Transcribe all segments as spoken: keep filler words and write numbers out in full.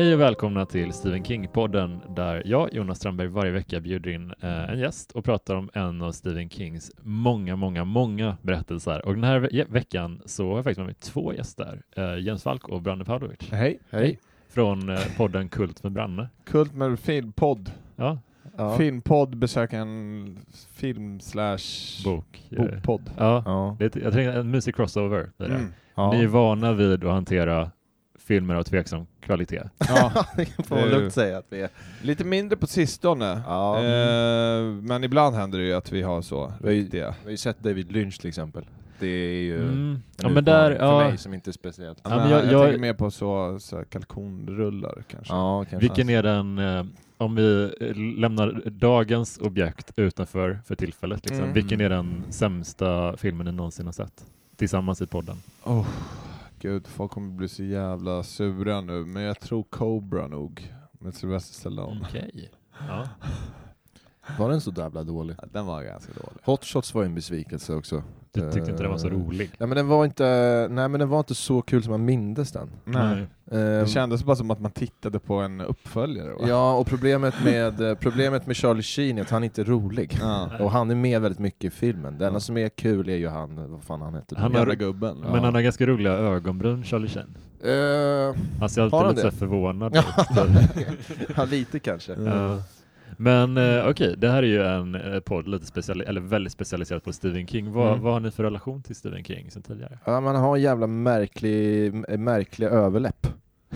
Hej och välkomna till Stephen King-podden där jag, Jonas Strandberg, varje vecka bjuder in eh, en gäst och pratar om en av Stephen Kings många, många, många berättelser. Och den här ve- veckan så har jag faktiskt med mig två gäster, eh, Jens Falk och Branne Pavlovic. Hej. Hej. Från eh, podden Kult med Branne. Kult med filmpodd. Ja. Ja. Filmpodd besöker en film slash Bok. bokpodd. Ja, Ja. det är, jag tänkte en music crossover. Det där. Mm. Ja. Ni är vana vid att hantera filmer av tveksam kvalitet. Ja. Det får man lugnt säga att vi är. Lite mindre på sistone. Ja. Eh, men ibland händer det ju att vi har så Vi har ju- riktiga. Vi har ju sett David Lynch till exempel. Det är ju Mm. en Ja, men där, utmaning för ja, mig som inte är speciellt. Ja, Ja, men men jag, jag- jag, jag- tänker mer på så, så kalkonrullar kanske. Ja, kanske. vilken är den, eh, om vi eh, lämnar dagens objekt utanför för tillfället, liksom, Mm. vilken är den sämsta filmen ni någonsin har sett? Tillsammans i podden. Oh, gud, folk kommer bli så jävla sura nu. Men jag tror Cobra nog. Med Sylvester Stallone. Okej. Ja. Var den så jävla dålig? Ja, den var ganska dålig. Hot Shots var en besvikelse också. Du tyckte inte den var så Eh, rolig? Nej, men den var inte, nej, men den var inte så kul som man mindes den. Nej. Ehm, Det kändes bara som att man tittade på en uppföljare. Va? Ja, och problemet med, eh, problemet med Charlie Sheen är att han inte är rolig. Ja. Och han är med väldigt mycket i filmen. Det enda Ja. som är kul är ju han, vad fan han heter. Han Den har- jävla gubben. Ja. Men han har ganska roliga ögonbryn, Charlie Sheen. Eh, Han ser Har alltid han lite så här det? förvånad Ja. ut. ja, lite kanske. Ja. Men eh, okej, det här är ju en eh, podd lite speciali- eller väldigt specialiserad på Stephen King. Vad, Mm. vad har ni för relation till Stephen King sen tidigare? Ja, man har en jävla märklig, märkliga överläpp.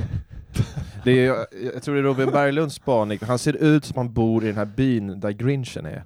Det är, jag, jag tror det är Robin Berglunds spaning. Han ser ut som han bor i den här byn där Grinchen är.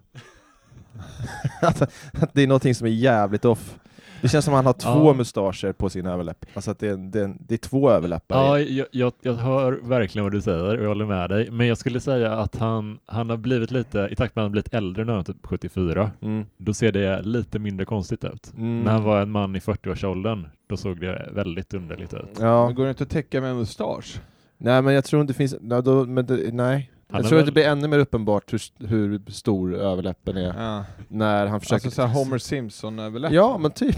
att, att det är någonting som är jävligt off. Det känns som att han har två Ja. mustascher på sin överläpp. Alltså att det är, en, det är, en, det är två överläppar. Ja, jag, jag, jag hör verkligen vad du säger och jag håller med dig. Men jag skulle säga att han, han har blivit lite, i takt med att han har blivit äldre nu, typ sjuttiofyra, Mm. då ser det lite mindre konstigt ut. Mm. När han var en man i fyrtioårsåldern, då såg det väldigt underligt ut. Ja. Men går det inte att täcka med en mustasch? Nej, men jag tror inte det finns... Nej, då, men det, nej. Han Jag är tror väl- att det blir ännu mer uppenbart hur, hur stor överläppen är Ja. när han försöker... Alltså såhär Homer Simpson överläpp. Ja, men typ.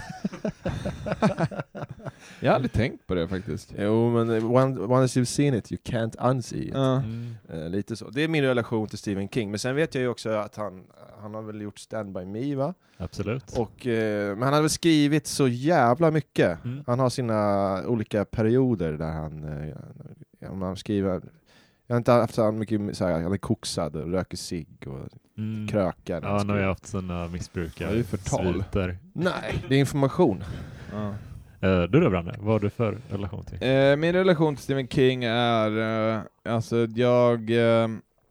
Jag har aldrig tänkt på det faktiskt. Jo, men one, once you've seen it, you can't unsee it. Ja. Mm. Eh, lite så. Det är min relation till Stephen King. Men sen vet jag ju också att han, han har väl gjort Stand By Me, va? Absolut. Och, eh, men han har väl skrivit så jävla mycket. Mm. Han har sina olika perioder där han, eh, ja, man skriver... Jag har inte haft så mycket så här, han är koksad och röker cigg och Mm. krökar. när Ja, han han har ju skriver. haft sina missbrukare. Ja, det är förtal. sviter. Nej, det är information. Ja. Eh, du då, Branne, vad har du för relation till? Eh, min relation till Stephen King är, eh, alltså jag, eh,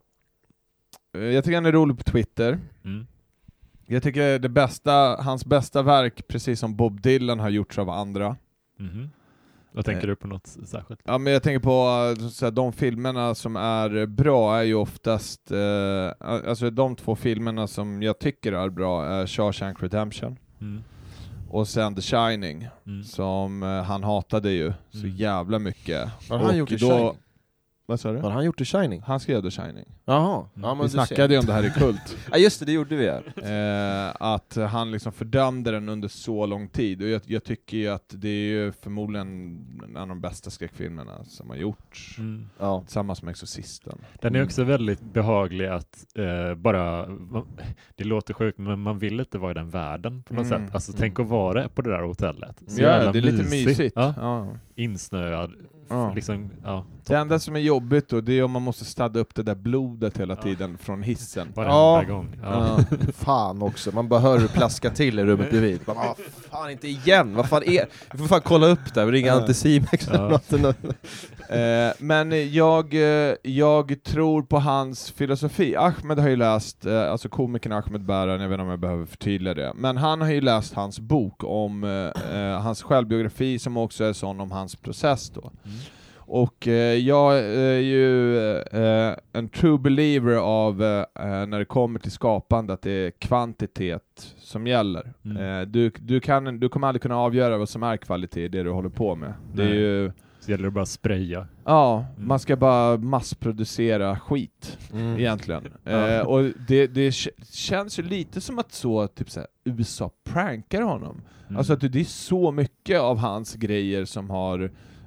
jag tycker han är rolig på Twitter. Mm. Jag tycker det bästa, hans bästa verk, precis som Bob Dylan, har gjorts av andra. Mhm. Vad tänker Eh. du på något särskilt? Ja, men jag tänker på uh, så här, de filmerna som är bra är ju oftast, uh, alltså de två filmerna som jag tycker är bra är Shawshank Redemption Mm. och sen The Shining, Mm. som uh, han hatade ju så Mm. jävla mycket. Har han Och gjort The då- Shining? Vad sa du? Har han gjort The Shining? Han skrev The Shining. Jaha. Ja, Vi snackade ju om det här i Kult. Ja, just det, det gjorde vi. Ja. Eh, att han liksom fördömde den under så lång tid, och jag, jag tycker ju att det är ju förmodligen en av de bästa skräckfilmerna som har gjorts, Mm. Ja. tillsammans med Exorcisten. Den är också väldigt behaglig att eh, bara, man, det låter sjukt men man vill inte vara i den världen på något Mm. sätt. Alltså tänk att vara på det där hotellet. Så Ja, jävla det är lite mysigt. Ja, Ja. insnöad. Ja. Liksom, ja, Det enda som är jobbigt då, det är om man måste stadda upp det där blodet hela tiden från hissen. varenda Ja. gång. Ja. Ja. Fan också, man bara hör hur det plaska till i rummet bredvid. Man bara, ah, fan inte igen, vad fan är... Vi får fan kolla upp det, ringa Ja. Anticimex eller Ja. något. Eh, men jag, eh, jag tror på hans filosofi. Ahmed har ju läst, eh, alltså komikern Ahmed Bäran, jag vet inte om jag behöver förtydliga det, men han har ju läst hans bok om eh, eh, hans självbiografi, som också är sån om hans process då. Mm. Och eh, jag är ju eh, en true believer av eh, när det kommer till skapande, att det är kvantitet som gäller. Mm. Eh, du, du, kan, du kommer aldrig kunna avgöra vad som är kvalitet i det du håller på med. Det är Nej. ju, Så gäller det bara att spraya. ja, Mm. man ska bara massproducera skit Mm. egentligen. Ja. Eh, och det, det k- känns ju lite som att så, typ så här, U S A prankar honom. Mm. Alltså att det är så mycket av hans grejer som har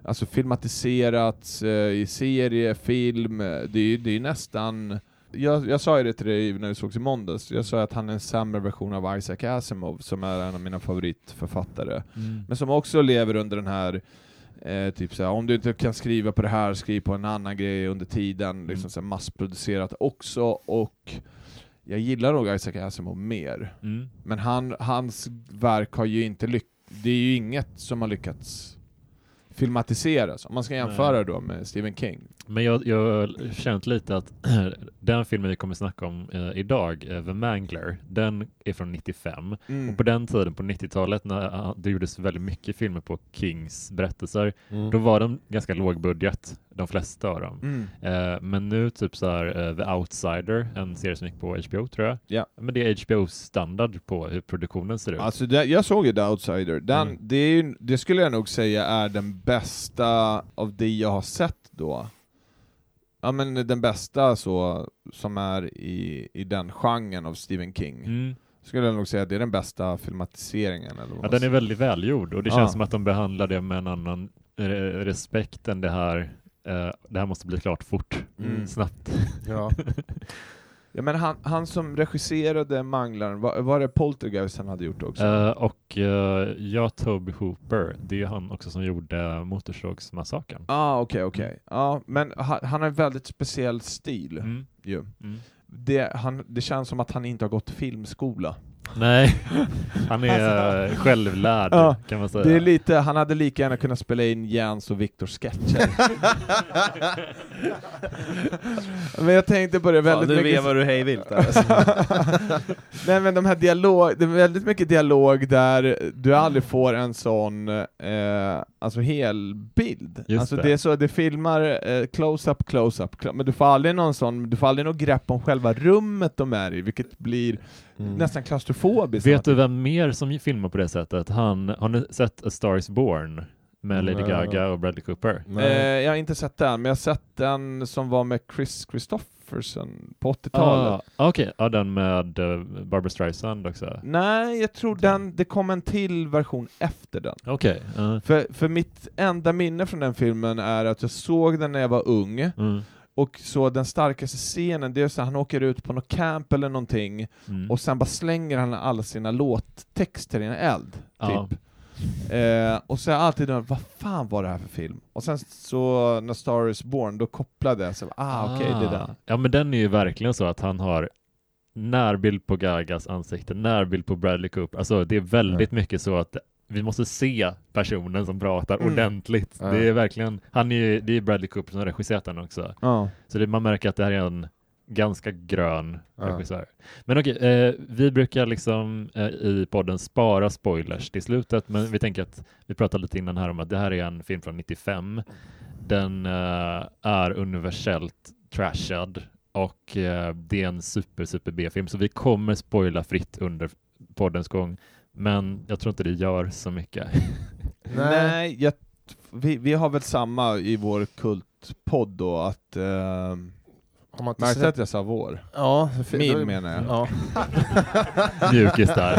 alltså filmatiserats eh, i serie, film, det är, det är nästan... Jag, jag sa ju det till dig när vi sågs i måndags, jag sa att han är en sämre version av Isaac Asimov, som är en av mina favoritförfattare. Mm. Men som också lever under den här, eh, typ såhär, om du inte kan skriva på det här, skriv på en annan grej under tiden, mm. liksom såhär massproducerat också, och jag gillar nog Isaac Asimov mer. Mm. Men han, hans verk har ju inte lyckats, det är ju inget som har lyckats filmatiseras, om man ska jämföra Nej. då med Stephen King. Men jag har känt lite att den filmen vi kommer snacka om eh, idag, eh, The Mangler, den är från nittiofem. Mm. Och på den tiden, på nittiotalet, när uh, det gjordes väldigt mycket filmer på Kings berättelser, mm. då var de ganska låg budget, de flesta av dem. Mm. Eh, men nu typ så här uh, The Outsider, en serie som gick på H B O, tror jag. Yeah. Men det är H B O-standard på hur produktionen ser ut. Alltså det, jag såg ju The Outsider. Den, mm. det, är ju, det skulle jag nog säga är den bästa av det jag har sett då. Ja, men den bästa så, som är i, i den genren av Stephen King. Mm. Skulle jag nog säga att det är den bästa filmatiseringen. Eller vad ja, den är väldigt välgjord, och det känns ja. som att de behandlar det med en annan re- respekt än det här. Uh, det här måste bli klart fort, mm. snabbt. Ja. Ja, men han, han som regisserade Manglaren, var, var det Poltergeist han hade gjort också? Uh, och uh, ja, Toby Hooper, det är ju han också som gjorde Motorsågsmassakern. Ah, okej, okay, okej. Okay. Ja, men han, han har en väldigt speciell stil. Mm. Ju. Mm. Det, han, det känns som att han inte har gått filmskola. Nej, han är uh, självlärd, ja, kan man säga. Det är lite, han hade lika gärna kunnat spela in Jans och Viktors sketcher. Men jag tänkte på det väldigt ja, mycket. Nu vevar du hej vilt. Alltså. Nej, men de här dialog, det är väldigt mycket dialog där du aldrig får en sån eh, alltså hel bild. Just alltså det. det är så, det filmar eh, close up, close up, close, men du får aldrig någon sån, du får aldrig något grepp om själva rummet de är i, vilket blir mm. nästan klaustrofobiskt. Vet du vem mer som filmar på det sättet? Han, har ni sett A Star is Born med Lady mm. Gaga och Bradley Cooper? Eh, jag har inte sett den, men jag har sett den som var med Chris Christopherson på åttiotalet. Ah, Okej, okay. Ja, den med uh, Barbra Streisand också. Nej, jag tror den, det kom en till version efter den. Okej. Okay. Uh. För, för mitt enda minne från den filmen är att jag såg den när jag var ung. Mm. Och så den starkaste scenen, det är så att han åker ut på något camp eller någonting, mm. och sen bara slänger han alla sina låttexter i en eld, ja. typ. Eh, och så har jag alltid undrat, vad fan var det här för film? Och sen så, när Star is Born, då kopplade jag så, ah, okej, okay, det är den. Ja, men den är ju verkligen så att han har närbild på Gagas ansikte, närbild på Bradley Cooper. Alltså det är väldigt mm. mycket så att vi måste se personen som pratar mm. ordentligt. Mm. Det är verkligen, han är ju, det är Bradley Cooper som har regisserat den också. Mm. Så det, man märker att det här är en ganska grön mm. regissör. Men okej, eh, vi brukar liksom eh, i podden spara spoilers till slutet, men vi tänker att vi pratar lite innan här om att det här är en film från nittiofem. Den eh, är universellt trashad, och eh, det är en super, super B-film, så vi kommer spoila fritt under poddens gång. Men jag tror inte det gör så mycket. Nej, jag, vi, vi har väl samma i vår kultpodd då, att uh, märkte sett... att jag sa vår? Ja, för, min då, menar jag. Ja. Mjukis där.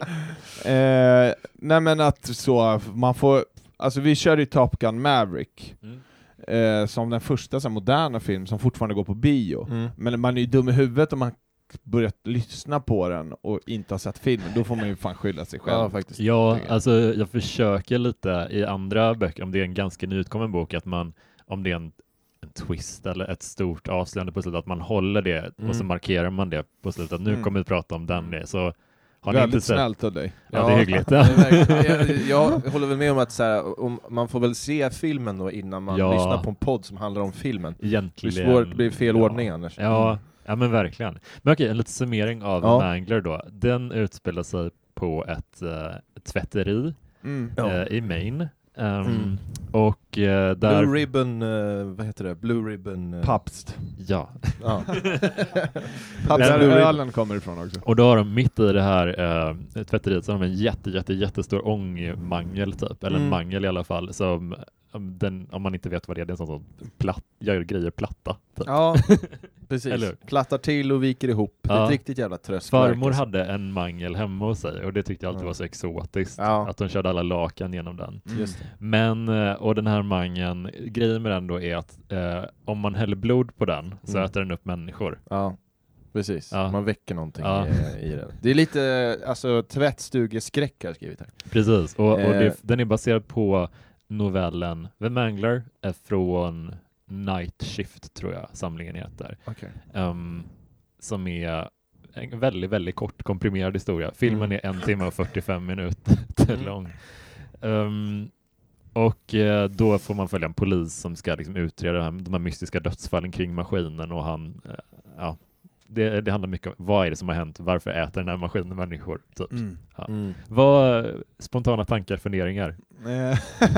uh, nej, men att så, man får, alltså vi kör i Top Gun Maverick. Mm. Uh, som den första så moderna film som fortfarande går på bio. Mm. Men man är ju dum i huvudet om man börjat lyssna på den och inte har sett filmen, då får man ju fan skylla sig själv. Ja, faktiskt. Ja, alltså jag försöker lite i andra böcker, om det är en ganska nyutkommen bok, att man, om det är en, en twist eller ett stort avslöjande på slutet, att man håller det mm. och så markerar man det på slutet, att nu mm. kommer vi prata om den det. Så har väldigt ni inte sett... snällt av dig. Ja, ja, det är hyggligt. Ja. jag, jag håller väl med om att så här, om man får väl se filmen då innan man ja. lyssnar på en podd som handlar om filmen. Egentligen. Det blir svårt, det blir fel ja. ordning annars. Ja. Ja, men verkligen. Men okej, en liten summering av ja. Mangler då. Den utspelar sig på ett uh, tvätteri mm. uh, i Maine. Um, mm. Och uh, där... Blue Ribbon, uh, vad heter det? Blue Ribbon... Uh... Pabst. Ja. ja. Pabst Blue Ribbon kommer ifrån också. Och då har de mitt i det här uh, tvätteriet så har de en jätte, jätte, jättestor ångmangel typ. Eller mm. mangel i alla fall. Som... Den, om man inte vet vad det är, det är en sån som platt, gör grejer platta. Typ. Ja, precis. Eller? Plattar till och viker ihop. Det är Ja. ett riktigt jävla tröskverk. Farmor alltså. hade en mangel hemma hos sig och det tyckte jag alltid Ja. var så exotiskt. Ja. Att de körde alla lakan genom den. Mm. Just det. Men, eh, och den här mangen, grejen med den då är att eh, om man häller blod på den så Mm. äter den upp människor. Ja, precis. Ja. Man väcker någonting Ja. i, i den. Det är lite, alltså tvättstugeskräck har jag skrivit här. Precis, och, och Eh. det, den är baserad på novellen The Mangler är från Night Shift, tror jag samlingen heter. Okay. Um, som är en väldigt, väldigt kort komprimerad historia. Filmen Mm. är en timme och fyrtiofem minuter Mm. lång. Um, och eh, då får man följa en polis som ska liksom utreda de här, de här mystiska dödsfallen kring maskinen och han, eh, ja, det, det handlar mycket om vad är det som har hänt, varför äter den här maskinen människor, typ. Mm. Ja. Mm. Vad spontana tankar, funderingar? Eh,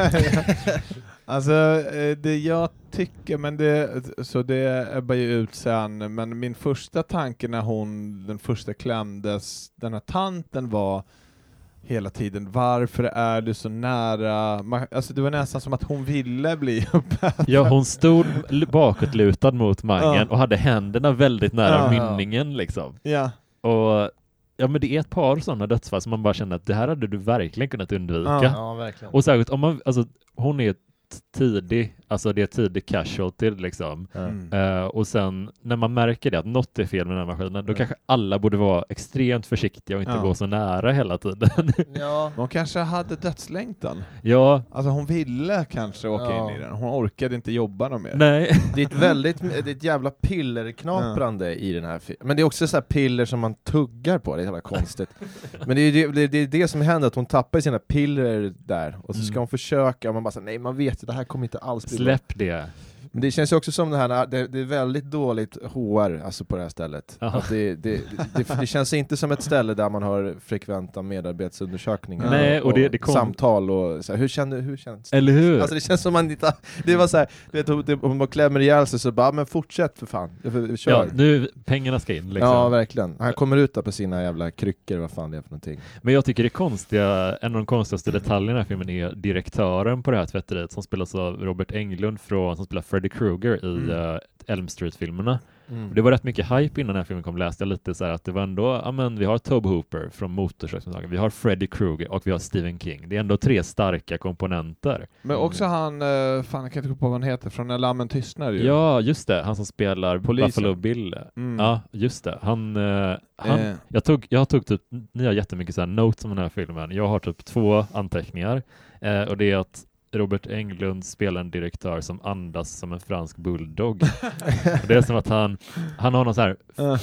alltså eh, det jag tycker, men det, så det ebbar ju ut sen, men min första tanke när hon, den första klämdes, den här tanten var hela tiden, varför är du så nära, Ma- alltså det var nästan som att hon ville bli uppäten. Ja, hon stod l- bakåtlutad mot mangen Ja. och hade händerna väldigt nära Ja. mynningen liksom. Ja. Och ja, men det är ett par sådana dödsfall som man bara känner att det här hade du verkligen kunnat undvika. Ja. Ja, verkligen. Och särskilt om man, alltså hon är t- tidig, alltså det är tidig casualty liksom. Ja. Mm. Eh, och sen när man märker det, att något är fel med den här maskinen, då Mm. kanske alla borde vara extremt försiktiga och inte Ja. gå så nära hela tiden. Ja. Hon kanske hade dödslängtan. Ja, Alltså hon ville kanske åka Ja. in i den. Hon orkade inte jobba något mer. nej. Det är ett väldigt, det är ett jävla pillerknaprande i den här filmen. Men det är också så här piller som man tuggar på, det är jävla konstigt. Men det är det, det, det, är det som händer, att hon tappar sina piller där, och så ska Mm. hon försöka, och man bara säger nej, man vet att det här kommer inte alls bli bra. Släpp det. Men det känns ju också som det här, det, det är väldigt dåligt H R alltså på det här stället. Aha. Att det, det, det, det känns inte som ett ställe där man har frekventa medarbetsundersökningar. Nej, och det- det kom- samtal och så här, hur kände, hur känns det? Eller hur? Alltså det känns som man inte, det var så här, du vet, det- om man klämmer ihjäl sig så bara, men fortsätt för fan, kör. ja, nu pengarna ska in liksom. Ja, verkligen. Han kommer ut där på sina jävla kryckor, vad fan det är för någonting. Men jag tycker det konstiga, en av de konstigaste detaljerna i den här filmen är direktören på det här tvätteriet som spelas av Robert Englund från, som spelar Freddy Krueger i Mm. uh, Elm Street-filmerna. Mm. Det var rätt mycket hype innan den här filmen kom, läste jag lite så här att det var ändå, ja men vi har Tobe Hooper från Motorsågsföretaget, vi har Freddy Krueger och vi har Stephen King. Det är ändå tre starka komponenter. Men också han, eh, fan jag kan inte komma på vad han heter, från När lammen tystnar ju. Ja, just det. Han som spelar Polisen. Buffalo Bill. Mm. Ja, just det. Han, eh, han Eh. jag tog, jag tog typ, ni har jättemycket så här notes om den här filmen. Jag har typ två anteckningar. Eh, och det är att Robert Englund spelar en direktör som andas som en fransk bulldog. Och det är som att han, han har någon så här, Eh.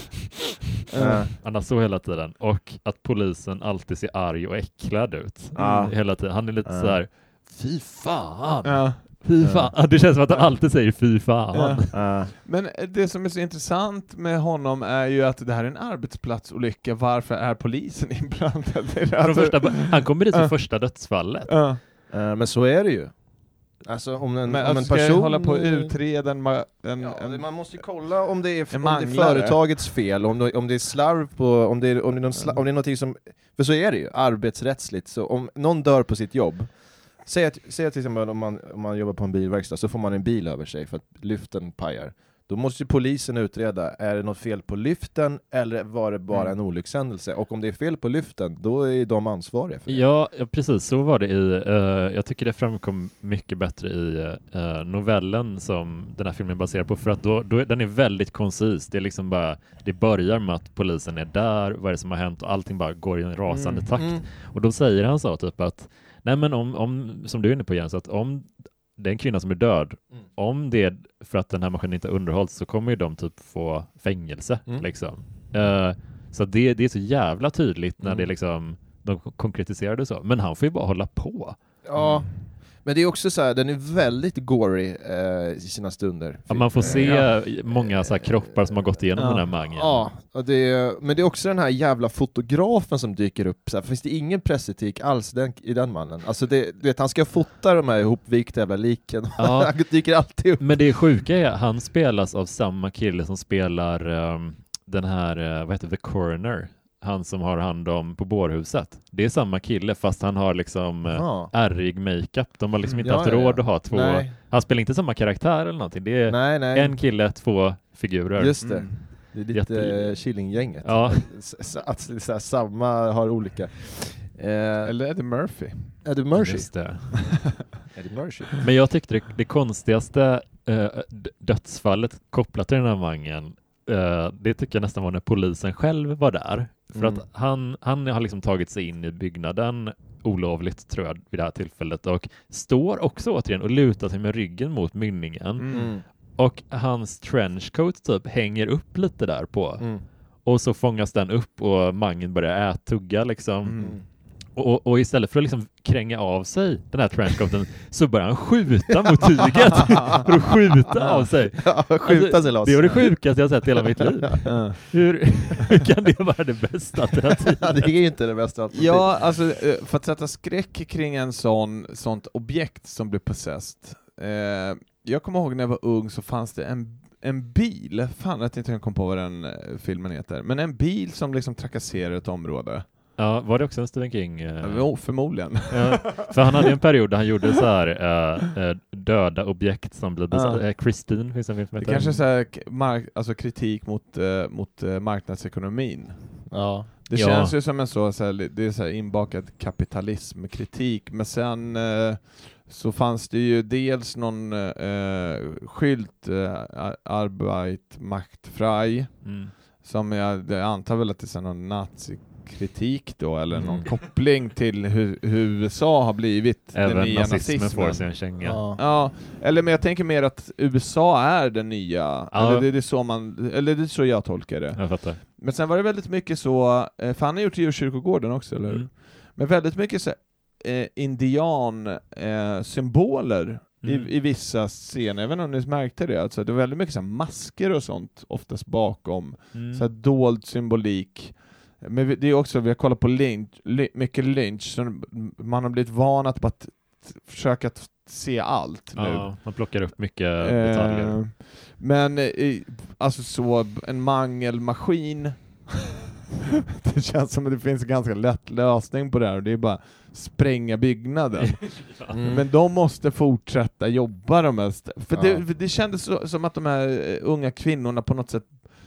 Ja. andas så hela tiden. Och att polisen alltid ser arg och äcklad ut. Ja. Hela tiden. Han är lite Ja. så här, fy fan. Ja. Fy fan. Det känns som att han alltid säger fy fan. Ja. Ja. Men det som är så intressant med honom är ju att det här är en arbetsplatsolycka. Varför är polisen inblandad i det? Från Alltså- första, han kommer dit för Ja. första dödsfallet. Ja. Eh, Men så är det ju. Alltså om en, Men om en alltså, ska jag person... hålla på att utreda en, ma- en, Ja, en man måste ju kolla om det är, en om det är manglare. företagets fel, om det, om det är slarv på, om det är, om det är, någon sla, om det är någonting som, för så är det ju, arbetsrättsligt, så om någon dör på sitt jobb, säg att, säg att till exempel om man, om man jobbar på en bilverkstad så får man en bil över sig för att lyften pajar. Då måste ju polisen utreda, är det något fel på lyften eller var det bara Mm. en olyckshändelse? Och om det är fel på lyften, då är de ansvariga för det. Ja, ja, precis så var det i, uh, jag tycker det framkom mycket bättre i uh, novellen som den här filmen är baserad på, för att då, då, den är väldigt koncis. Det är liksom bara, det börjar med att polisen är där, vad är det som har hänt, och allting bara går i en rasande Mm. takt. Mm. Och då säger han så typ att, nej men om, om som du är inne på Jens, att om det är en kvinna som är död, Mm. om det är för att den här maskinen inte underhålls så kommer ju de typ få fängelse Mm. liksom. Uh, så det, det är så jävla tydligt när Mm. det liksom de konkretiserar det så. Men han får ju bara hålla på. Ja, men det är också så här, den är väldigt gory eh, i sina stunder. Ja, man får se Ja. många så här kroppar som har gått igenom Ja. den här mangen. Ja, och det är, men det är också den här jävla fotografen som dyker upp. Så här, finns det ingen pressetik alls den, i den mannen? Alltså det, du vet, han ska fota de här ihopvikta jävla liken. Ja. Han dyker alltid upp. Men det sjuka är att han spelas av samma kille som spelar um, den här, uh, vad heter The Coroner han som har hand om på bårhuset. Det är samma kille fast han har liksom Ja. eh, ärrig makeup. De har liksom inte Ja, haft ja, ja. råd att ha två. Nej. Han spelar inte samma karaktär eller någonting. Det är Nej, nej. en kille, två figurer. Just det. Mm. Det är lite Jätte- Jätte... Killinggänget. Ja. S- s- Att så här, samma har olika. Eh, Eller Eddie Murphy. Eddie Murphy. Just det. Eddie Murphy. Men jag tyckte det, det konstigaste eh, d- dödsfallet kopplat till den här mangen, eh, det tycker jag nästan var när polisen själv var där. För Mm. att han, han har liksom tagit sig in i byggnaden olovligt tror jag vid det här tillfället och står också återigen och lutar sig med ryggen mot mynningen. Mm. Mm. Och hans trenchcoat typ hänger upp lite där på. Mm. Och så fångas den upp och mangen börjar ätugga liksom. Mm. Och, och istället för att liksom kränga av sig den här trenchcoaten så börjar han skjuta mot tyget för att skjuta av sig. Ja, skjuta Alltså, sig loss. det var det sjukaste jag sett i hela mitt liv. Ja. Hur, hur kan det vara det bästa alternativet? Ja, det är ju inte det bästa alternativet. Ja, alltså eh, för att sätta skräck kring en sån, sånt objekt som blir possessed. Eh, jag kommer ihåg när jag var ung så fanns det en, en bil, fan jag inte kom på vad den eh, filmen heter, men en bil som liksom trakasserar ett område. Ja, var det också en Stephen King? eh? Jo, förmodligen. Ja, för han hade en period där han gjorde så här eh, eh, döda objekt som blev Ja. uh. Christine finns en film som Det heter. kanske är så här, k- mark, alltså kritik mot, eh, mot eh, marknadsekonomin. Ja. Det Ja. känns ju som en så, så här, det är så här inbakad kapitalism, kritik, men sen eh, så fanns det ju dels någon eh, skylt, eh, Ar- Arbeit macht frei, Mm. som jag, jag antar väl att det är så här någon nazikritik då, eller Mm. någon koppling till hur, hur U S A har blivit den Även nya nazismen nazismen. får sig en känga. Ja. Ja, eller men jag tänker mer att U S A är den nya, Ja. eller det, det är så man, eller det är så jag tolkar det. Jag fattar. Men sen var det väldigt mycket så, eh, för han har gjort Djurkyrkogården också, eller hur? Mm. Men väldigt mycket så eh, indian eh, symboler Mm. i, i vissa scener, jag vet inte om ni märkte det, alltså det var väldigt mycket så här masker och sånt oftast bakom, Mm. så här dold symbolik. Men vi- det är också, vi har kollat på Lynch, Ly- mycket Lynch, så man har blivit van att bara t- t- försöka att se allt nu. Ja, man plockar upp mycket detaljer. Eh, men eh, alltså så en mangelmaskin det känns som att det finns en ganska lätt lösning på det här, och det är bara spränga byggnaden. Mm. Men de måste fortsätta jobba de mest. För Ja. det, för det kändes så, som att de här eh, unga kvinnorna på något sätt,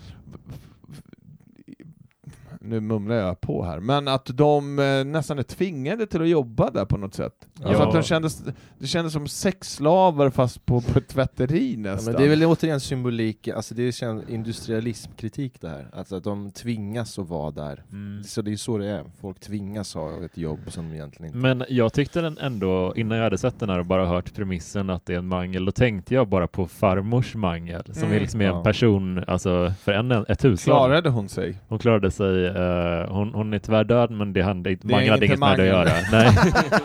nu mumlar jag på här, men att de eh, nästan är tvingade till att jobba där på något sätt. Alltså Ja. att de kändes, det kändes som sexslavar fast på, på ett tvätteri Ja, nästan. men det är väl återigen symbolik, alltså det är industrialismkritik det här. Alltså att de tvingas att vara där. Mm. Så det är så det är. Folk tvingas ha ett jobb som de egentligen inte... Men jag tyckte den ändå, innan jag hade sett den här och bara hört premissen att det är en mangel, då tänkte jag bara på farmors mangel, som Mm. är liksom en Ja. person, alltså för en, ett hushåll. Klarade hon sig? Hon klarade sig, eh, hon, hon är tyvärr död, men det hade, Det är mangel hade inte inget med det att mangel.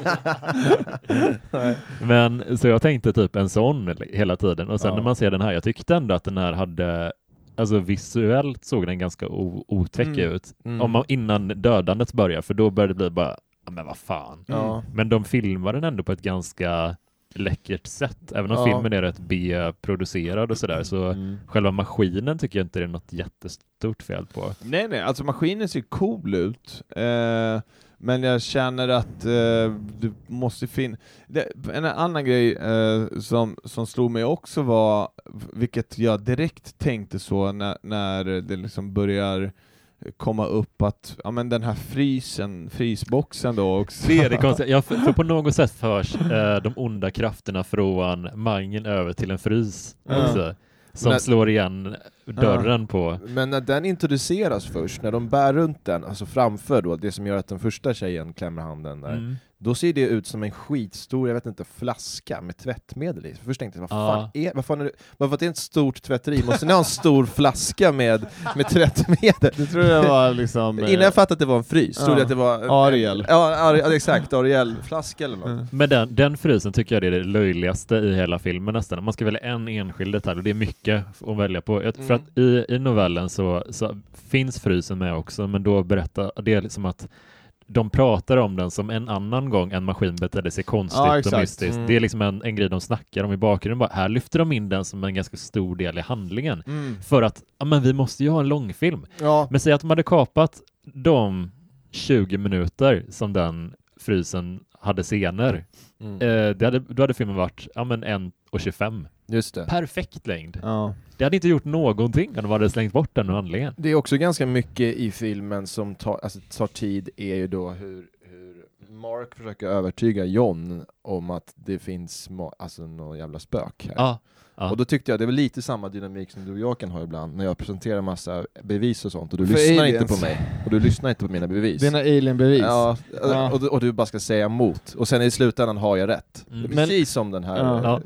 göra. Nej. Men så jag tänkte typ en sån hela tiden, och sen Ja. när man ser den här, jag tyckte ändå att den här hade, alltså visuellt såg den ganska o- otäck Mm. ut. Mm. Om man, innan dödandet börjar, för då började det bli bara, "Ja, men vad fan." Ja. Men de filmar den ändå på ett ganska läckert sätt. Även om Ja. filmen är rätt B-producerad och sådär, så Mm. själva maskinen tycker jag inte det är något jättestort fel på. Nej, nej, alltså maskinen ser cool ut, eh, men jag känner att eh, du måste finna... En annan grej eh, som, som slog mig också var, vilket jag direkt tänkte så när, när det liksom börjar komma upp att, ja men den här frysen, frysboxen då också. Det är det konstiga. Jag, för, för på något sätt förs eh, de onda krafterna från mangen över till en frys Ja. också, som Men- slår igen dörren på. Men när den introduceras först, när de bär runt den, alltså framför då, det som gör att den första tjejen klämmer handen där, Mm. då ser det ut som en skitstor, jag vet inte, flaska med tvättmedel i. Först tänkte jag, vad Ja. fan är, vad fan är det? Varför att det är ett stort tvätteri? Måste ni ha en stor flaska med, med tvättmedel? Det tror jag var liksom... eh, Innan jag fattade att det var en frys, Ja. trodde jag att det var... Ariel. Ja, Ariel, exakt, Ariel-flaska eller något. Mm. Men den, den frysen tycker jag är det löjligaste i hela filmen nästan. Man ska välja en enskild detalj och det är mycket att välja på. Jag- För Mm. att i, i novellen så, så finns frysen med också, men då berättar det är liksom att de pratar om den som en annan gång en maskin betedde sig konstigt Ja, och exakt. mystiskt. Mm. Det är liksom en, en grej de snackar om i bakgrunden. Bara, här lyfter de in den som en ganska stor del i handlingen. Mm. För att, ja men vi måste ju ha en långfilm. Ja, Men säg att de hade kapat de tjugo minuter som den frysen hade scener, Mm. eh, det hade, då hade filmen varit ja, men en och tjugofem. Just det. Perfekt längd. Ja. Det hade inte gjort någonting om de hade slängt bort den handlingen. Det är också ganska mycket i filmen som tar, alltså, tar tid, är ju då hur, hur Mark försöker övertyga John om att det finns ma- alltså någon jävla spök här. Ja. Ja. Och då tyckte jag det var lite samma dynamik som du och jag kan ha ibland när jag presenterar massa bevis och sånt och du För lyssnar aliens. inte på mig och du lyssnar inte på mina bevis. Dina alien-bevis. Ja, Ja. och, du- och du bara ska säga emot och sen i slutändan har jag rätt. Mm. Det är Men- precis som den här. Ja. Ja.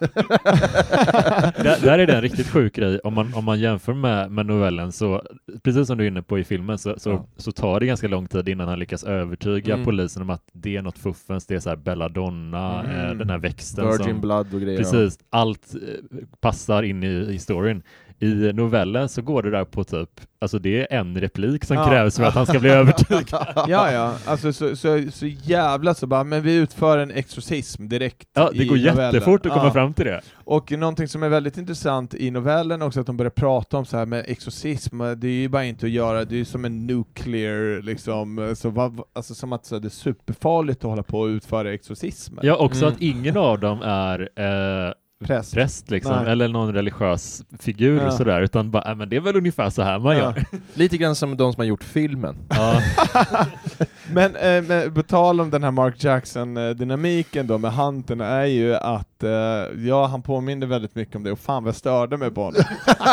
där, där är det en riktigt sjuk grej. Om man, om man jämför med, med novellen så, precis som du är inne på i filmen, så, så, Ja. så tar det ganska lång tid innan han lyckas övertyga Mm. polisen om att det är något fuffens, det är så här belladonna, Mm. eh, den här växten Virgin som, blood och grejer. precis, allt eh, passar in i historien. I novellen så går det där på typ, alltså det är en replik som Ja. krävs för att han ska bli övertygad. Ja, ja. Alltså så, så, så jävla så bara, men vi utför en exorcism direkt. Ja, det i går novellen. jättefort att komma Ja. fram till det. Och någonting som är väldigt intressant i novellen också, att de börjar prata om så här med exorcism, det är ju bara inte att göra, det är ju som en nuclear liksom, så vad, alltså som att så här, det är superfarligt att hålla på och utföra exorcismer. Ja, också Mm. att ingen av dem är eh, Präst. präst liksom, Nej. eller någon religiös figur Ja. sådär, utan bara, äh, men det är väl ungefär så här man Ja. gör. Lite grann som de som har gjort filmen. Ja. Men, eh, men på tal om den här Mark Jackson-dynamiken då med Hunten är ju att eh, ja, han påminner väldigt mycket om det, och fan vad jag störde mig på honom.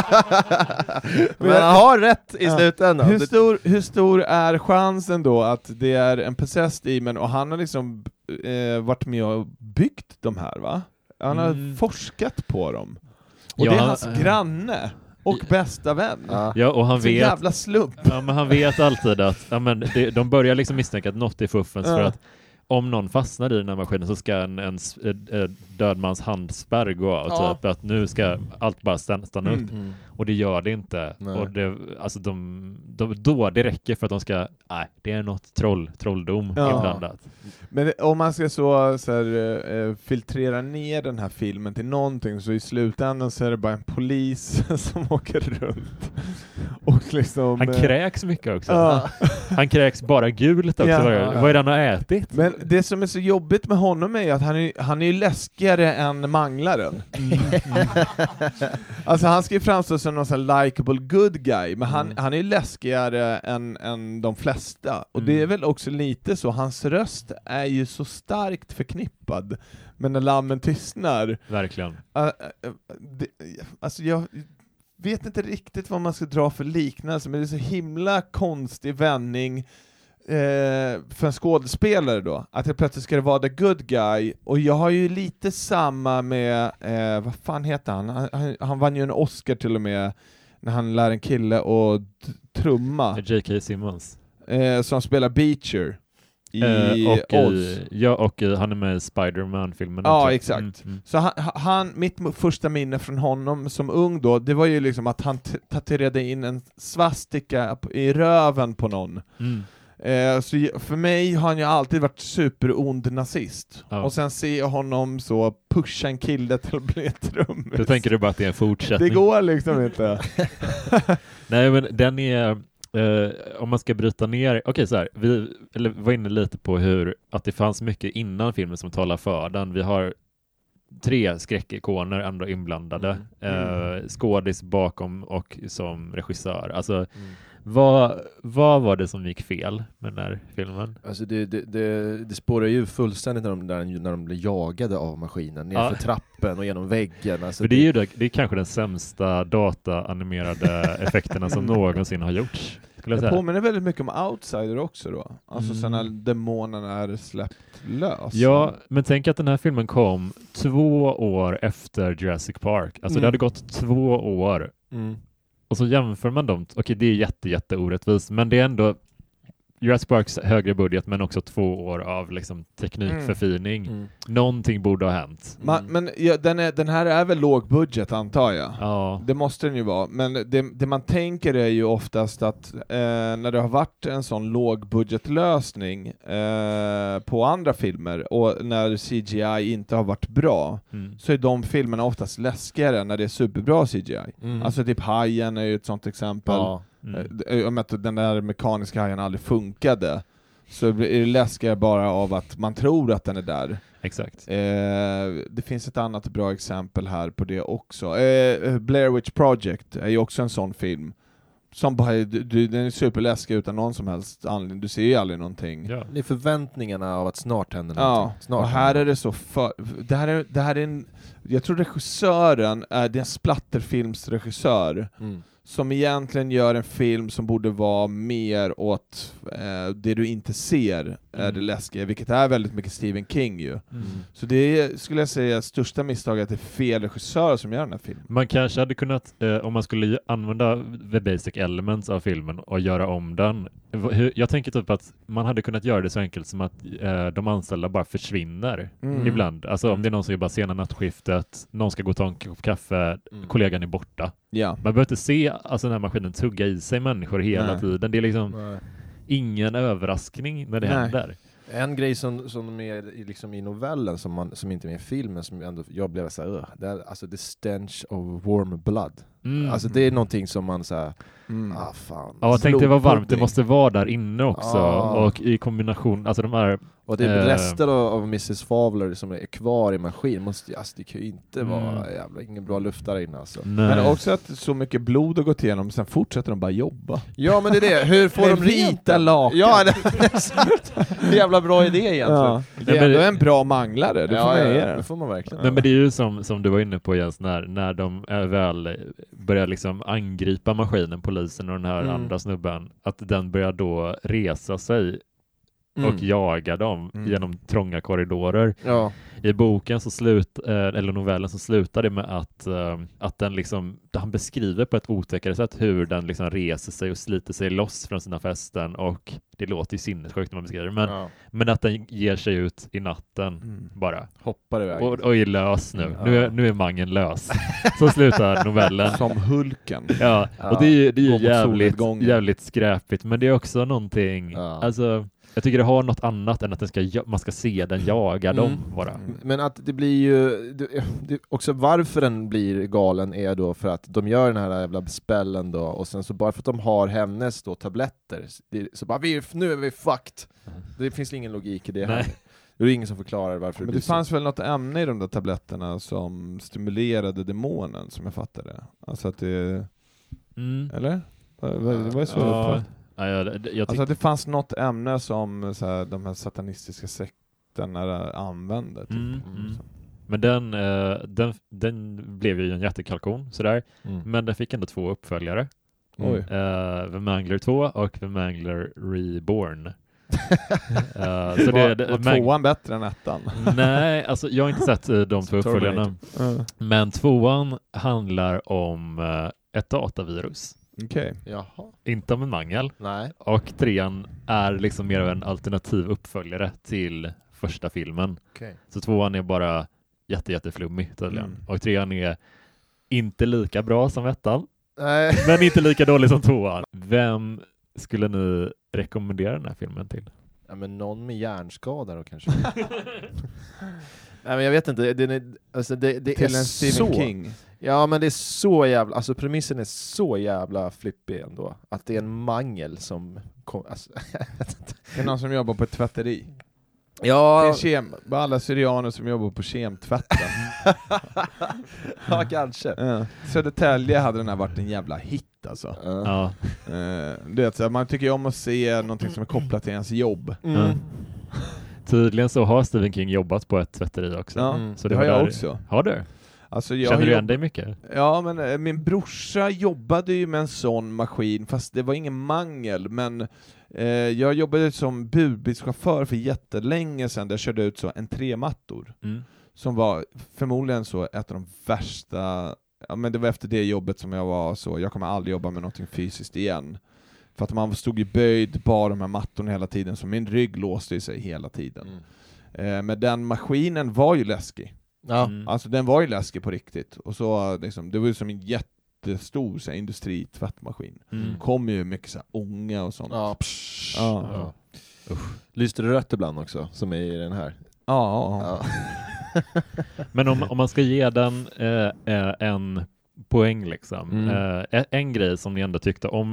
Men han har rätt i Ja. slutändan. Hur Det- stor, hur stor är chansen då att det är en possessed demon och han har liksom eh, varit med och byggt de här, va? Han har Mm. forskat på dem. Och Ja, det är han- hans granne och bästa vän. Ja. Ja, och han Så vet, jävla slump. ja, men han vet alltid att ja, men det, de börjar liksom misstänka att något är fuffens, Ja. för att om någon fastnar i den här maskinen så ska en, en s- eh, eh, dödmans handspärr gå av, Ja. typ att nu ska allt bara stanna, stanna upp. Mm. Mm. Och det gör det inte. Nej. Och det, alltså de, de, då det räcker för att de ska, nej, det är något troll, trolldom Ja. inblandat. Men om man ska så, så här, eh, filtrera ner den här filmen till någonting, så i slutändan så är det bara en polis som åker runt. Och liksom, Han eh, kräks mycket också. ja. Han kräks bara gult också. Ja. Vad är- Vad är det han har ätit? Men det som är så jobbigt med honom är ju att han är, han är ju läskigare än manglaren. Alltså han ska ju framstå som någon sån här likable good guy, men han, Mm. han är ju läskigare än, än de flesta. Och Mm. det är väl också lite så, hans röst är ju så starkt förknippad med När lammen tystnar. Verkligen. Uh, uh, det, alltså jag vet inte riktigt vad man ska dra för liknelse, men det är så himla konstig vändning eh, för en skådespelare då, att det plötsligt ska det vara the good guy, och jag har ju lite samma med, eh, vad fan heter han? Han, han? han vann ju en Oscar till och med när han lär en kille att d- trumma, J K. Simmons. eh, som spelar Beecher i Eh, och Oz. i, ja, och i, han är med i Spider-Man-filmen. Ja, också. exakt. Mm, mm. Så han, han, mitt m- första minne från honom som ung då, det var ju liksom att han t- tatuerade in en svastika p- i röven på någon. Mm. Eh, så ju- för mig har han ju alltid varit superond nazist. Ja. Och sen ser jag honom så pusha en kille till att bli ett trummis. Då tänker du bara att det är en fortsättning. Det går liksom inte. Nej, men den är, eh, om man ska bryta ner, okej så här, vi eller, var inne lite på hur, att det fanns mycket innan filmen som talar för den. Vi har tre skräckikoner ändå inblandade, Mm. eh, skådis bakom och som regissör. Alltså, Mm. vad, vad var det som gick fel med den här filmen? Alltså det, det, det, det spårar ju fullständigt när de, när, när de blir jagade av maskinen nerför Ja. trappen och genom väggen. Alltså För det är ju det, det är kanske den sämsta dataanimerade effekterna som någonsin har gjorts, skulle jag Det säga. påminner väldigt mycket om Outsider också då. Alltså Mm. sen när demonerna är släppt lös. Ja, men tänk att den här filmen kom två år efter Jurassic Park. Alltså Mm. det hade gått två år. Mm. Och så jämför man dem. Okej, det är jätte, jätte orättvist, men det är ändå Jurassic Parks högre budget, men också två år av liksom teknikförfining. Mm. Någonting borde ha hänt. Ma- men ja, den, är, den här är väl låg budget antar jag. Ja. Det måste den ju vara, men det, det man tänker är ju oftast att eh, när det har varit en sån lågbudgetlösning eh, på andra filmer, och när C G I inte har varit bra, Mm. så är de filmerna oftast läskigare när det är superbra C G I. Mm. Alltså typ Hajen är ju ett sånt exempel. Ja. Mm. Eh, Om att den där mekaniska hajen aldrig funkade, så är det läskigare bara av att man tror att den är där. Exakt. Eh, det finns ett annat bra exempel här på det också. Eh, Blair Witch Project är ju också en sån film. Som bara, du, den är superläskig utan någon som helst anledning. Du ser ju aldrig någonting. Ja. Det är förväntningarna av att snart händer Ja, någonting. Snart och här är det så för, det här är, det här är en, jag tror regissören är det en splatterfilmsregissör Mm. som egentligen gör en film som borde vara mer åt eh, det du inte ser är det läskiga, vilket är väldigt mycket Stephen King ju. Mm. Så det är, skulle jag säga, största misstaget att det är fel regissör som gör den här filmen. Man kanske hade kunnat, eh, om man skulle använda the basic elements av filmen och göra om den. Hur, jag tänker typ att man hade kunnat göra det så enkelt som att eh, de anställda bara försvinner Mm. ibland. Alltså om det är någon som jobbar sena nattskiftet, någon ska gå och ta en kopp kaffe, Mm. kollegan är borta. Ja. Man behöver inte se alltså, den här maskinen tugga i sig människor hela Nej. tiden. Det är liksom Nej. ingen överraskning när det Nej. händer. En grej som, som är i- liksom i novellen som, man, som inte är med i filmen, som ändå, jag blev så här, "Ugh", det är alltså the stench of warm blood. Mm. Alltså det är någonting som man säger, Mm. ah fan. Ja, tänk dig vad varmt det blodpudding. måste vara där inne också. Ah. Och i kombination, alltså de här Och det är Eh. rester av, av missus Fowler som är kvar i maskin. Måste, alltså, det kan ju inte Mm. vara jävla, ingen bra luft där inne alltså. nej. Men också att så mycket blod har gått igenom, sen fortsätter de bara jobba. Ja men det är det, hur får Med de rent vita den? lakan. Ja, det är en jävla bra idé egentligen. Ja. Det Nej, är men ändå det- en bra manglare, det får ja, man ja, ge det det. får man verkligen. Nej, men det är ju som, som du var inne på Jens, när, när de är väl börjar liksom angripa maskinen, polisen och den här Mm. andra snubben, att den börjar då resa sig Mm. och jaga dem Mm. genom trånga korridorer. Ja. I boken så slut, eh, eller novellen så slutar det med att, eh, att den liksom, han beskriver på ett otäckare sätt hur den liksom reser sig och sliter sig loss från sina fästen, och det låter ju sinnessjukt när man beskriver det, men, Ja. men att den ger sig ut i natten Mm. bara. Hoppar iväg. Och, och är lös nu. Ja. Nu, är, nu är mangen lös. Så slutar novellen. Som Hulken. Ja, Ja. och det är ju, det är Gå ju mot jävligt, solnedgången. jävligt skräpigt, men det är också någonting, Ja. alltså, jag tycker det har något annat än att den ska, ja- man ska se den jaga Mm. dem bara. Men att det blir ju det, det, också varför den blir galen är då för att de gör den här jävla spällen då, och sen så bara för att de har hennes då tabletter, det, så bara vi, nu är vi fucked. Det finns ingen logik i det här. Nej. Det är ingen som förklarar varför Men det det blir fanns väl något ämne i de där tabletterna som stimulerade demonen, som jag fattade. Alltså att det, Mm. eller? Det var det var ju så. Ja, Ja. ja, jag, jag tyck- Alltså att det fanns något ämne som så här, de här satanistiska sekterna använde. Typ. Mm, Mm. mm. Men den, eh, den, den blev ju en jättekalkon sådär, så. Mm. men den fick ändå två uppföljare. Oj. Uh, The Mangler två och The Mangler Reborn. Eh, så var, det, det, var Mang- tvåan bättre än ettan? Nej, alltså jag har inte sett eh, de två uppföljarna. Mm. Men tvåan handlar om eh, ett datavirus, Okej. Jaha. inte om en mangel. Nej. Och trean är liksom mer av en alternativ uppföljare till första filmen. Okej. Så tvåan är bara jätte, jätteflummig tydligen. Mm. Och trean är inte lika bra som ettan, Nej. men inte lika dålig som tvåan. Vem skulle ni rekommendera den här filmen till? Ja, men någon med hjärnskada då kanske. Nej men jag vet inte, det, det, alltså det, det Till är en Stephen så... King. Ja men det är så jävla, alltså premissen är så jävla flippig ändå. Att det är en mangel som kom, alltså, Det är någon som jobbar på ett tvätteri. Det är ja, kem, alla syrianer som jobbar på kemtvätten. ja kanske. Ja. Södertälje hade den här varit en jävla hit alltså. Ja. Ja, Eh, du vet, så här, man tycker ju om att se någonting som är kopplat till ens jobb. Mm. tydligen så har Stephen King jobbat på ett tvätteri också. Ja, Mm. Så det det har var jag där- också. Har du? Alltså, jag Känner har du igen jobb- dig mycket? Ja, men eh, min brorsa jobbade ju med en sån maskin, fast det var ingen mangel, men eh, jag jobbade som budbilschaufför för jättelänge sedan, där jag körde ut så entrémattor, Mm. som var förmodligen så ett av de värsta, ja men det var efter det jobbet som jag var så, jag kommer aldrig jobba med någonting fysiskt igen. För att man stod ju böjd, bar de här mattorna hela tiden, så min rygg låste i sig hela tiden. Mm. Eh, men den maskinen var ju läskig. Ja. Mm. Alltså den var ju läskig på riktigt. Och så liksom, det var ju som en jättestor så här, industritvättmaskin. Mm. Kom ju mycket så här ånga och sånt. Ja, psh. Ja. Ja. Lyste det rött ibland också, som är i den här? Ja, ja. Ja. Men om, om man ska ge den eh, eh, en poäng liksom. Mm. Eh, en, en grej som ni ändå tyckte om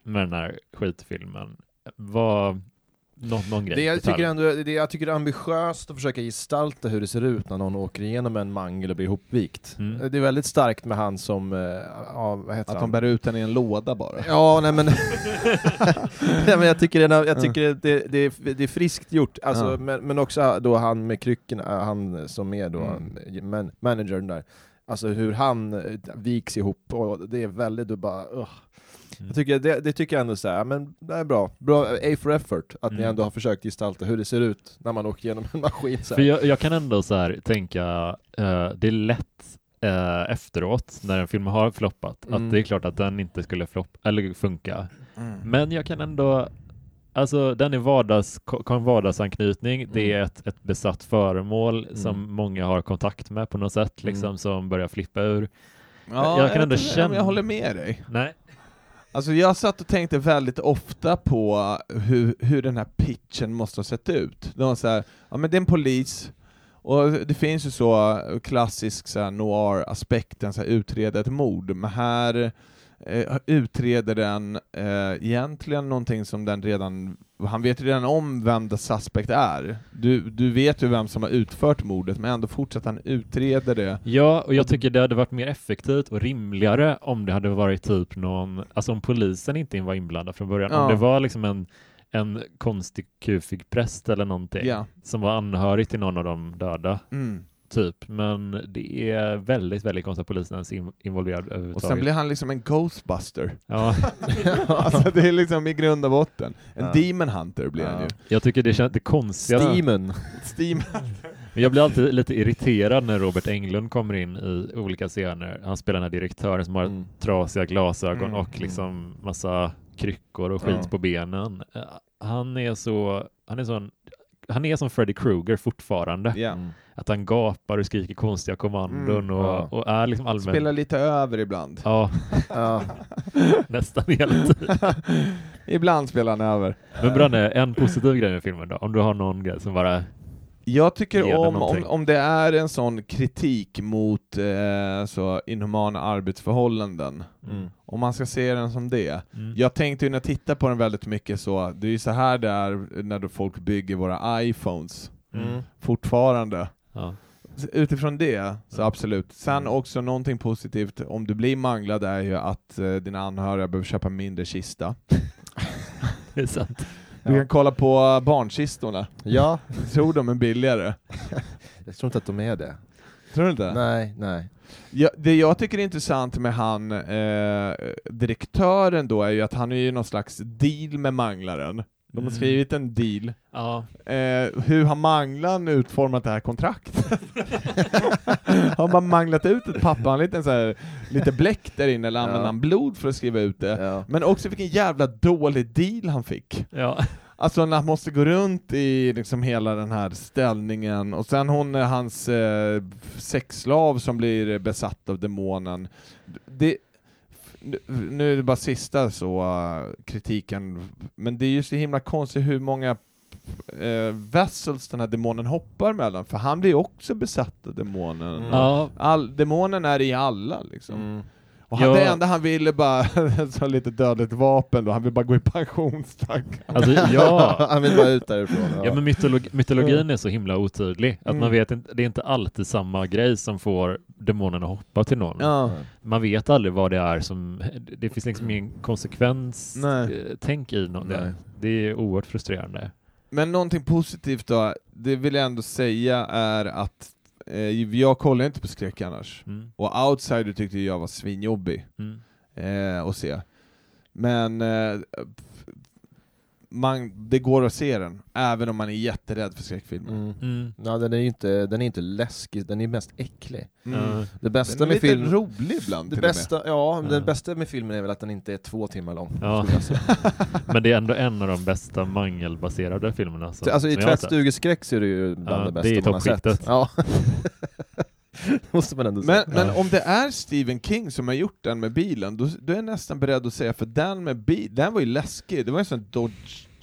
med den här skitfilmen? Vad... Någon, någon grej. Det jag, detalj. tycker ändå, det jag tycker är ambitiöst att försöka gestalta hur det ser ut när någon åker igenom en mangel och blir ihopvikt. Mm. Det är väldigt starkt med han som... Uh, ja, vad heter Att han? de bär ut den i en låda bara. Ja, nej men... nej, men jag tycker, det, jag tycker det, det, är, det är friskt gjort. Alltså, Ja. men, men också då han med kryckorna, han som är då Mm. man, managern där. Alltså hur han eh, viks ihop, och det är väldigt, du bara... Uh. Mm. Jag tycker, det, det tycker jag ändå så här, men det är bra. Bra, A for effort, att Mm. ni ändå har försökt gestalta hur det ser ut när man åker igenom en maskin. Så här. För jag, jag kan ändå så här tänka, uh, det är lätt uh, efteråt när en film har floppat, Mm. att det är klart att den inte skulle floppa eller funka. Mm. Men jag kan ändå, alltså den är vardags, kan vardagsanknytning, Mm. det är ett, ett besatt föremål Mm. som många har kontakt med på något sätt, liksom, Mm. som börjar flippa ur. Ja, jag kan ändå vet inte, känna- Jag håller med dig. Nej. Alltså jag satt och tänkte väldigt ofta på hur, hur den här pitchen måste ha sett ut. De var så här, ja men det är en polis, och det finns ju så klassisk så här noir-aspekten, så här, utreda ett mord, men här eh, utreder den eh, egentligen någonting som den redan, han vet ju redan om vem the suspect är. Du, du vet ju vem som har utfört mordet, men ändå fortsätter han utreda det. Ja, och jag tycker det hade varit mer effektivt och rimligare om det hade varit typ någon, alltså om polisen inte var inblandad från början, Ja. om det var liksom en, en konstig kufig präst eller någonting Ja. som var anhörig till någon av de döda, Mm. typ. Men det är väldigt, väldigt konstigt att polisen ens är involverad Och överhuvudtaget. sen blir han liksom en ghostbuster. Ja, Alltså det är liksom i grund och botten. En Ja. demon hunter blir han Ja. ju. jag tycker det känns det konstiga. Steamen. Steam. Men jag blir alltid lite irriterad när Robert Englund kommer in i olika scener. Han spelar den här direktören som har Mm. trasiga glasögon Mm. och liksom massa kryckor och skit Ja. på benen. Eh, Han är så, han är sån, han är som Freddy Krueger fortfarande. Ja. Mm. Att han gapar och skriker konstiga kommandon Mm, och, ja. och är liksom allmänt. Spelar lite över ibland. Ja, Ja. nästan hela tiden. Ibland spelar han över. Men Branne, en positiv grej med filmen då? Om du har någon grej som bara... Jag tycker Ge den om, om, någonting. om det är en sån kritik mot eh, så inhumana arbetsförhållanden, Mm. om man ska se den som det. Mm. Jag tänkte ju när jag tittar på den väldigt mycket så, det är ju så här det är när då folk bygger våra iPhones Mm. fortfarande. Ja. Utifrån det, så absolut. Sen Mm. också någonting positivt, om du blir manglad, är ju att eh, dina anhöriga behöver köpa mindre kista. Det är sant. Du kan kolla på barnkistorna. Ja, Jag tror de är billigare. jag tror inte att de är det. Tror du inte? Nej, nej. Ja, det jag tycker är intressant med han, eh, direktören då, är ju att han är ju någon slags deal med manglaren. De har Mm. skrivit en deal. Ja. Eh, hur har manglaren utformat det här kontraktet? Har man manglat ut ett papper, han lite, så här, lite bläck där inne, eller använder Ja. han blod för att skriva ut det? Ja. Men också vilken jävla dålig deal han fick. Ja. Alltså när han måste gå runt i liksom hela den här ställningen, och sen hon är hans eh, sexslav som blir besatt av demonen. Det, nu, nu är det bara sista så uh, kritiken, men det är ju så himla konstigt hur många eh, vessels den här demonen hoppar mellan, för han blir ju också besatt av demonen. Mm. Ja. All, demonen är i alla liksom. Mm. Och han, Ja. det enda han ville bara, så lite dödligt vapen då, han vill bara gå i pension, stackarn. Alltså, ja. Han vill bara ut därifrån. Ja, men mytolog- mytologin är så himla otydlig. Att Mm. man vet inte, det är inte alltid samma grej som får demonen att hoppa till någon. Ja. Man vet aldrig vad det är som, det finns liksom ingen konsekvens, Nej. eh, tänk i någon Nej. det. Det är oerhört frustrerande. Men någonting positivt då, det vill jag ändå säga är att eh, jag kollar inte på skräck annars. Mm. Och Outsider tyckte jag var svinjobbig Mm. eh, att se. Men eh, man, det går att se den, även om man är jätterädd för skräckfilmer. Mm. Mm. Ja, den är ju inte, den är inte läskig, den är mest äcklig. Mm. Ja. Det bästa Den är med lite film... rolig ibland Det till och med. bästa, ja, Ja. det bästa med filmen är väl att den inte är två timmar lång. Ja. skulle jag säga. Men det är ändå en av de bästa mangelbaserade filmerna. Som, Alltså i som jag har sett. tvättstugeskräck så är det ju bland Ja, det bästa det är man har sett. toppskiktet. Ja. Måste man ändå Men, säga. men om det är Stephen King som har gjort den med bilen, då, då är jag nästan beredd att säga, för den med bil, den var ju läskig, det var en sån Dodge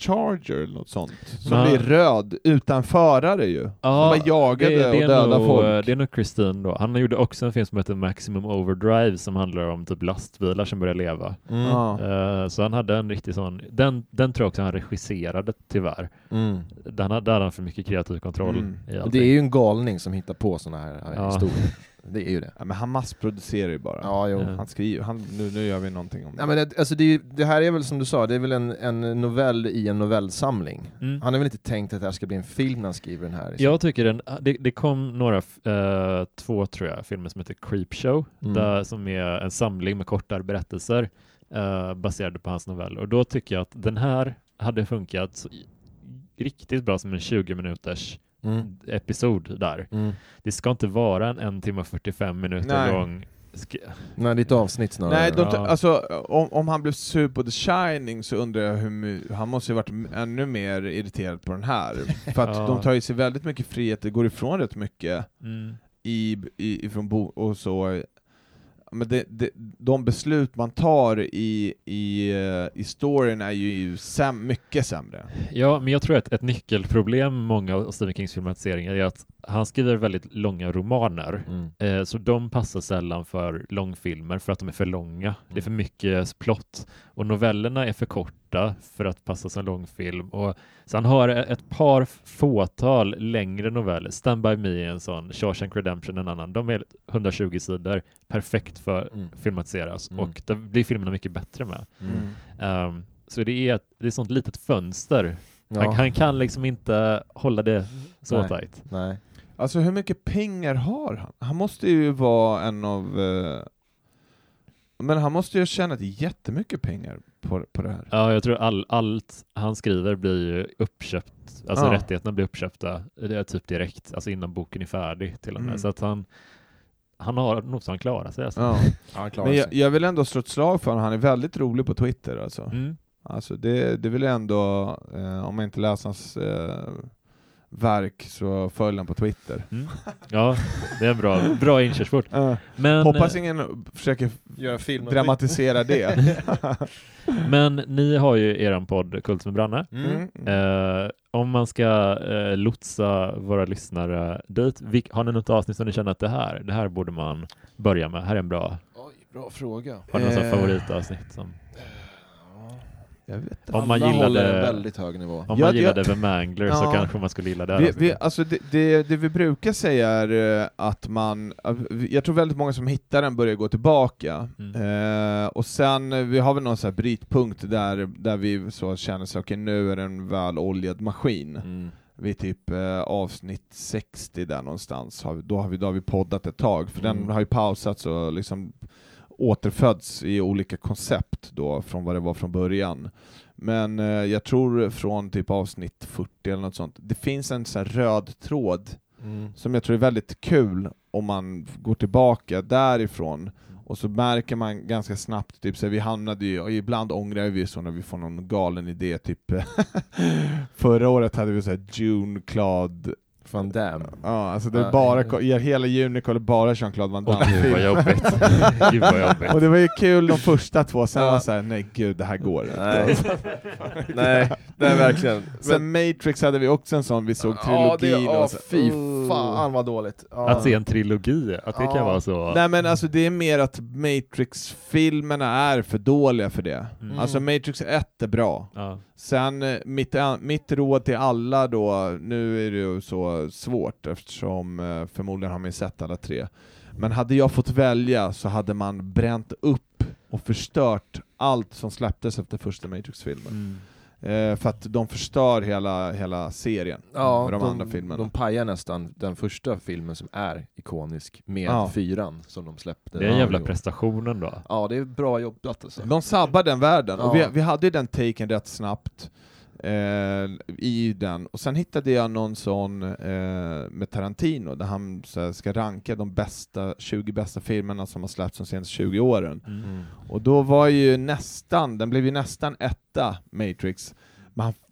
Charger eller något sånt. Som Men- blir röd utan förare ju. Ja, som bara jagade det, det och är dödade nog, folk. Det är nog Christine då. Han gjorde också en film som heter Maximum Overdrive som handlar om typ lastbilar som börjar leva. Mm. Ja. Eh, så han hade en riktig sån, den, den tror jag också han regisserade tyvärr. Mm. Den hade, där hade han för mycket kreativ kontroll Mm. i Det allting. är ju en galning som hittar på såna här Ja. historier. Det är ju det. Ja, men han massproducerar ju bara. Ja, jo. Ja. Han skriver, han, nu, nu gör vi någonting om det. Ja, men det, alltså det, är ju- det här är väl som du sa, det är väl en, en novell i en novellsamling. Mm. Han har väl inte tänkt att det här ska bli en film när han skriver den här. Liksom. Jag tycker den, det, det kom några, eh, två tror jag, filmer som heter Creepshow, Mm. där, som är en samling med kortare berättelser eh, baserade på hans novell. Och då tycker jag att den här hade funkat så, riktigt bra som en tjugo minuters Mm. episod där. Mm. Det ska inte vara en en timme och fyrtiofem minuter Nej. lång. Sk- Nej, det är ett avsnitt snarare. Nej, de, Ja. alltså, om, om han blev sur på The Shining så undrar jag hur my- han måste ju varit m- ännu mer irriterad på den här. För att Ja. de tar ju sig väldigt mycket frihet, det går ifrån rätt mycket mm. i, i, ifrån bo och så. Men det, det, de beslut man tar i, i, eh, i storyn är ju säm, mycket sämre. Ja, men jag tror att ett nyckelproblem med många av Stephen Kings filmatiseringar är att han skriver väldigt långa romaner. Mm. Eh, så de passar sällan för långfilmer för att de är för långa. Det är för mycket plott. Och novellerna är för korta för att passa som långfilm. Och så han har ett par fåtal längre noveller. Stand By Me är en sån, Shawshank Redemption en annan. De är hundratjugo sidor, perfekt för Mm. filmatiseras. Mm. Och det blir filmerna mycket bättre med. Mm. Um, så det är ett det är ett sånt litet fönster. Ja. Han, han kan liksom inte hålla det så Nej. tajt. Nej. Alltså hur mycket pengar har han? Han måste ju vara en av... Eh, men han måste ju ha tjänat jättemycket pengar på, på det här. Ja, jag tror all, allt han skriver blir ju uppköpt. Alltså Ja. rättigheterna blir uppköpta. Det är typ direkt, alltså innan boken är färdig till och med. Mm. Så att han, han har nog så han klarar sig. Alltså. Ja. Ja, han klarar Men sig. jag, jag vill ändå slå ett slag för honom, han är väldigt rolig på Twitter alltså. Mm. Alltså det, det vill jag ändå, eh, om man inte läser hans eh, verk så följ han på Twitter. Mm. Ja, det är en bra, bra inkörsport. Uh, Men, hoppas ingen försöker Gör en film. dramatisera det. men ni har ju eran podd Kult med Branne. Mm. Eh, om man ska eh, lotsa våra lyssnare dit, vilk, har ni något avsnitt som ni känner att det här, det här borde man börja med? Här är en bra. Oj, bra fråga. Har ni något Eh. eh. favoritavsnitt? Som, Jag vet inte. om man Alla håller en gillade, väldigt hög nivå. om Ja, man det- gillade The Mangler så Ja. kanske man skulle gilla det här Vi, vi, avsnittet. alltså det, det, det vi brukar säga är eh, att man, jag tror väldigt många som hittar den börjar gå tillbaka, Mm. eh, och sen, eh, vi har väl någon sån här brytpunkt där, där vi så känner så okej, nu är det en väl oljad maskin. Mm. Vi typ eh, avsnitt sextio där någonstans, har vi, då, har vi, då har vi poddat ett tag, för Mm. den har ju pausats och liksom återföds i olika koncept då, från vad det var från början. Men eh, jag tror från typ avsnitt fyrtio eller något sånt, det finns en sån här röd tråd Mm. som jag tror är väldigt kul om man går tillbaka därifrån, och så märker man ganska snabbt, typ så här, vi hamnade ju, och ibland ångrar vi så när vi får någon galen idé, typ förra året hade vi så här June Claude, Van Damme. ja alltså det är Ja. bara, i hela juni kollade bara Jean-Claude Van Åh, Damme. gud vad jobbigt. Gud vad jobbigt. Och det var ju kul de första två, sen Ja. var det så här, nej gud det här går inte. Nej. Nej, det är verkligen. Sen Matrix hade vi också en sån, vi såg Ja, trilogin det, ja, och så, fy uh. fan vad dåligt. Ja. Att se en trilogi, att det kan Ja. vara så. Nej men alltså det är mer att Matrix-filmerna är för dåliga för det. Mm. Alltså Matrix ett är bra. Ja. Sen eh, mitt, mitt råd till alla då, nu är det ju så svårt eftersom eh, förmodligen har man ju sett alla tre. Men hade jag fått välja så hade man bränt upp och förstört allt som släpptes efter första Matrix-filmen. Mm. Eh, för att de förstör hela, hela serien Ja, med de, de, andra filmerna. de pajar nästan den första filmen som är ikonisk med Ja. fyran som de släppte. Det är en jävla Ja, prestation då. Ja, det är bra jobbat alltså. De sabbar den världen, och Ja. vi, vi hade ju den taken rätt snabbt eh, i den, och sen hittade jag någon sån eh, med Tarantino där han så här, ska ranka de bästa tjugo bästa filmerna som har släppts de senaste tjugo åren, Mm. Mm. och då var ju nästan, den blev ju nästan etta, Matrix, men han, han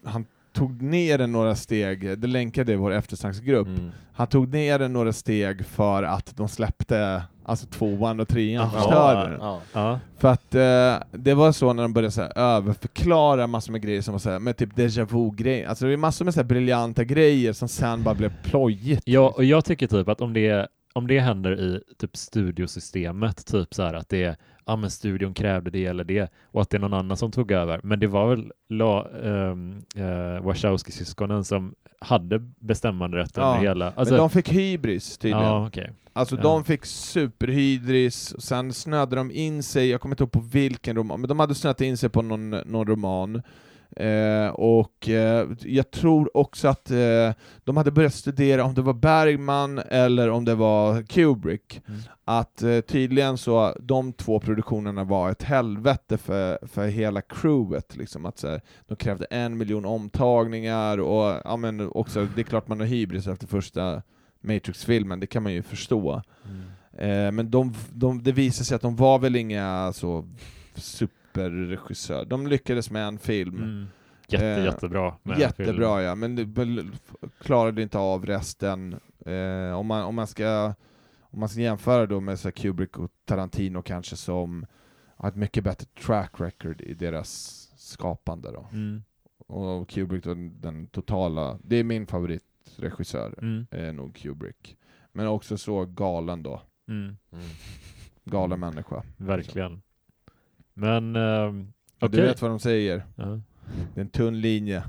tog ner den några steg, det länkade i vår eftersnacksgrupp. Mm. Han tog ner den några steg för att de släppte alltså tvåan och trean Aha. förstörde den. Ja. Ja. För att eh, det var så när de började så här, överförklara massor med grejer som var så här, med typ déjà vu-grejer. Alltså det är massor med så här briljanta grejer som sen bara blev plojigt. Ja, och jag tycker typ att om det, om det händer i typ studiosystemet, typ så här att det är, ja men studion krävde det eller det, och att det är någon annan som tog över. Men det var väl la, um, uh, Wachowski-syskonen som hade bestämmanderätten Ja, över hela. Alltså, men de fick hybris tydligen. ja, okej. Alltså Ja. de fick superhydris, och sen snödde de in sig, jag kommer inte ihåg på vilken roman, men de hade snöat in sig på någon, någon roman. Eh, och eh, jag tror också att eh, de hade börjat studera om det var Bergman eller om det var Kubrick. Mm. Att eh, tydligen så de två produktionerna var ett helvete för, för hela crewet. Liksom, att, så här, de krävde en miljon omtagningar, och ja, men också, det är klart man har hybris efter första Matrix-filmen, det kan man ju förstå. Mm. Eh, men de, de, det visade sig att de var väl inga så superregissör. De lyckades med en film. Mm. Jätte, Eh, jättebra. Med Jättebra, film. ja, men det väl klarade inte av resten. Eh, om, man, om, man ska, om man ska jämföra då med så här Kubrick och Tarantino kanske, som har ett mycket bättre track record i deras skapande då. Mm. Och Kubrick då, den totala, det är min favoritregissör, Mm. är nog Kubrick. Men också så galen då. Mm. Mm. Galen människa. Verkligen. Men um, Och okej. Du vet vad de säger? Ja. Det är en tunn linje.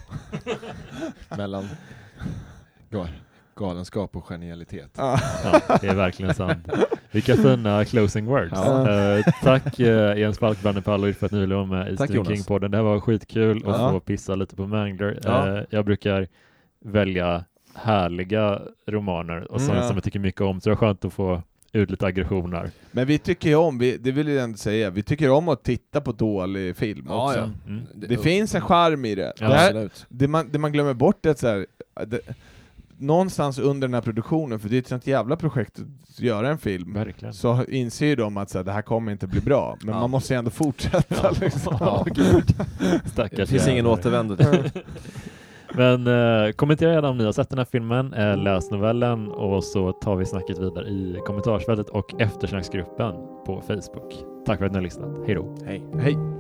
Mellan gal- galenskap och genialitet. Ja, det är verkligen sant. Vilka fina closing words. Ja. Eh, tack uh, Jens Falk, Brandon Palloid, för att ni ville vara med i Tack, Stephen Jonas. King-podden. Det här var skitkul att Ja. få pissa lite på Mangler. Ja. Eh, jag brukar välja härliga romaner och sådana Mm. som jag tycker mycket om, så det är skönt att få ut lite aggressioner. Men vi tycker ju om, vi, det vill jag ändå säga, vi tycker om att titta på dålig film Ja, också. ja. Mm. Det finns en charm i det. Ja, det, här, Absolut. det, man, det man glömmer bort är att så här, det, någonstans under den här produktionen, för det är ett sånt jävla projekt att göra en film, Verkligen. så inser ju de att så här, det här kommer inte bli bra, men Ja. man måste ju ändå fortsätta. Ja. Liksom. Ja. Stackars Det finns ingen jävlar. återvändo. Men eh, kommentera gärna om ni har sett den här filmen, eh, läs novellen, och så tar vi snacket vidare i kommentarsfältet och eftersnacksgruppen på Facebook. Tack för att ni har lyssnat. Hej då. Hej. Hej!